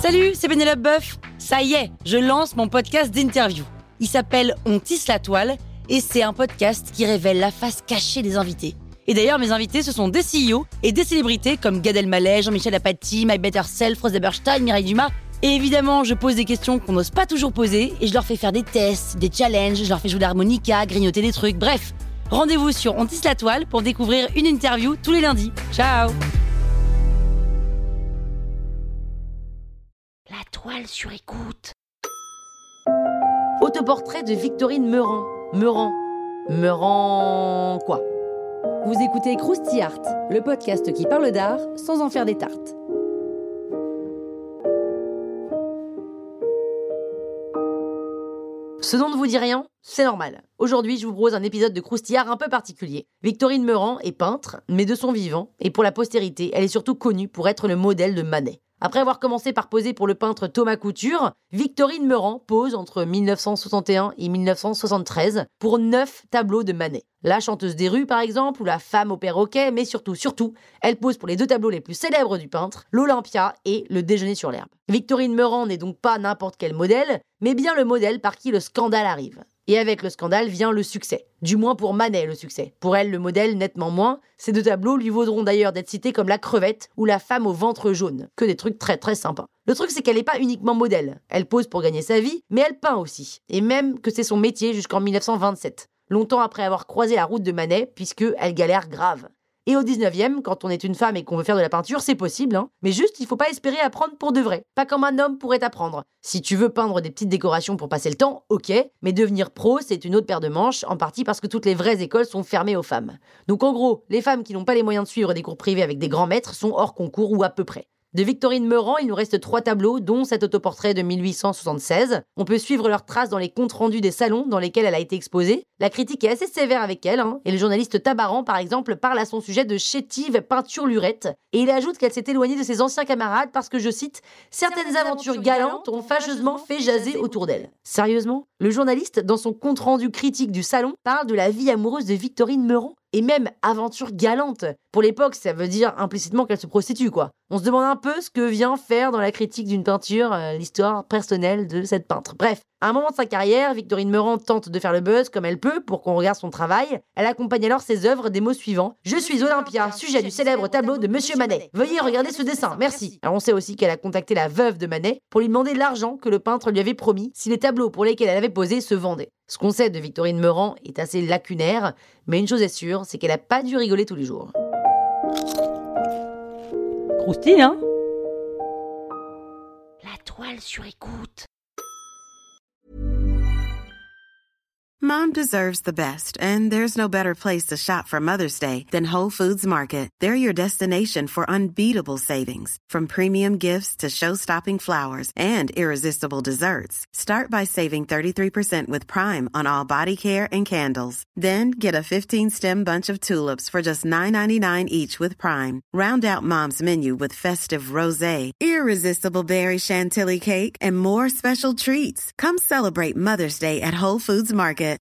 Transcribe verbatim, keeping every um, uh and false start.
Salut, c'est Pénélope Boeuf. Ça y est, je lance mon podcast d'interview. Il s'appelle On tisse la toile et c'est un podcast qui révèle la face cachée des invités. Et d'ailleurs, mes invités, ce sont des C E O et des célébrités comme Gad Elmaleh, Jean-Michel Apathy, My Better Self, Rose Eberstein, Mireille Dumas. Et évidemment, je pose des questions qu'on n'ose pas toujours poser et je leur fais faire des tests, des challenges, je leur fais jouer de l'harmonica, grignoter des trucs, bref. Rendez-vous sur On tisse la toile pour découvrir une interview tous les lundis. Ciao! La toile sur écoute. Autoportrait de Victorine Meurant. Meurant. Meurant quoi? Vous écoutez Krusty Art, le podcast qui parle d'art sans en faire des tartes. Ce nom ne vous dit rien? C'est normal. Aujourd'hui, je vous propose un épisode de Krusty Art un peu particulier. Victorine Meurant est peintre, mais de son vivant, et pour la postérité, elle est surtout connue pour être le modèle de Manet. Après avoir commencé par poser pour le peintre Thomas Couture, Victorine Meurant pose entre dix-neuf cent soixante et un et dix-neuf cent soixante-treize pour neuf tableaux de Manet. La chanteuse des rues, par exemple, ou la femme au perroquet, mais surtout, surtout, elle pose pour les deux tableaux les plus célèbres du peintre, l'Olympia et le Déjeuner sur l'herbe. Victorine Meurant n'est donc pas n'importe quel modèle, mais bien le modèle par qui le scandale arrive. Et avec le scandale vient le succès. Du moins pour Manet, le succès. Pour elle, le modèle, nettement moins. Ces deux tableaux lui vaudront d'ailleurs d'être cités comme la crevette ou la femme au ventre jaune. Que des trucs très très sympas. Le truc, c'est qu'elle n'est pas uniquement modèle. Elle pose pour gagner sa vie, mais elle peint aussi. Et même que c'est son métier jusqu'en dix-neuf cent vingt-sept. Longtemps après avoir croisé la route de Manet, puisque elle galère grave. Et au dix-neuvième, quand on est une femme et qu'on veut faire de la peinture, c'est possible, hein. Mais juste, il faut pas espérer apprendre pour de vrai. Pas comme un homme pourrait apprendre. Si tu veux peindre des petites décorations pour passer le temps, ok. Mais devenir pro, c'est une autre paire de manches, en partie parce que toutes les vraies écoles sont fermées aux femmes. Donc en gros, les femmes qui n'ont pas les moyens de suivre des cours privés avec des grands maîtres sont hors concours ou à peu près. De Victorine Meurant, il nous reste trois tableaux, dont cet autoportrait de mille huit cent soixante-seize. On peut suivre leurs traces dans les comptes rendus des salons dans lesquels elle a été exposée. La critique est assez sévère avec elle, hein, et le journaliste Tabaran, par exemple, parle à son sujet de chétive peinture lurette, et il ajoute qu'elle s'est éloignée de ses anciens camarades parce que, je cite, « certaines aventures galantes ont fâcheusement fait jaser autour d'elle ». Sérieusement? Le journaliste, dans son compte rendu critique du salon, parle de la vie amoureuse de Victorine Meurant. Et même aventure galante. Pour l'époque, ça veut dire implicitement qu'elle se prostitue, quoi. On se demande un peu ce que vient faire dans la critique d'une peinture euh, l'histoire personnelle de cette peintre. Bref, à un moment de sa carrière, Victorine Meurant tente de faire le buzz comme elle peut pour qu'on regarde son travail. Elle accompagne alors ses œuvres des mots suivants. « Je suis Olympia, sujet du célèbre tableau de Monsieur Manet. Veuillez regarder ce dessin, merci. » Alors on sait aussi qu'elle a contacté la veuve de Manet pour lui demander l'argent que le peintre lui avait promis si les tableaux pour lesquels elle avait posé se vendaient. Ce qu'on sait de Victorine Meurant est assez lacunaire, mais une chose est sûre, c'est qu'elle n'a pas dû rigoler tous les jours. Croustille, hein? La toile sur écoute. Mom deserves the best, and there's no better place to shop for Mother's Day than Whole Foods Market. They're your destination for unbeatable savings, from premium gifts to show-stopping flowers and irresistible desserts. Start by saving thirty-three percent with Prime on all body care and candles. Then get a fifteen-stem bunch of tulips for just nine ninety-nine each with Prime. Round out Mom's menu with festive rosé, irresistible berry chantilly cake, and more special treats. Come celebrate Mother's Day at Whole Foods Market.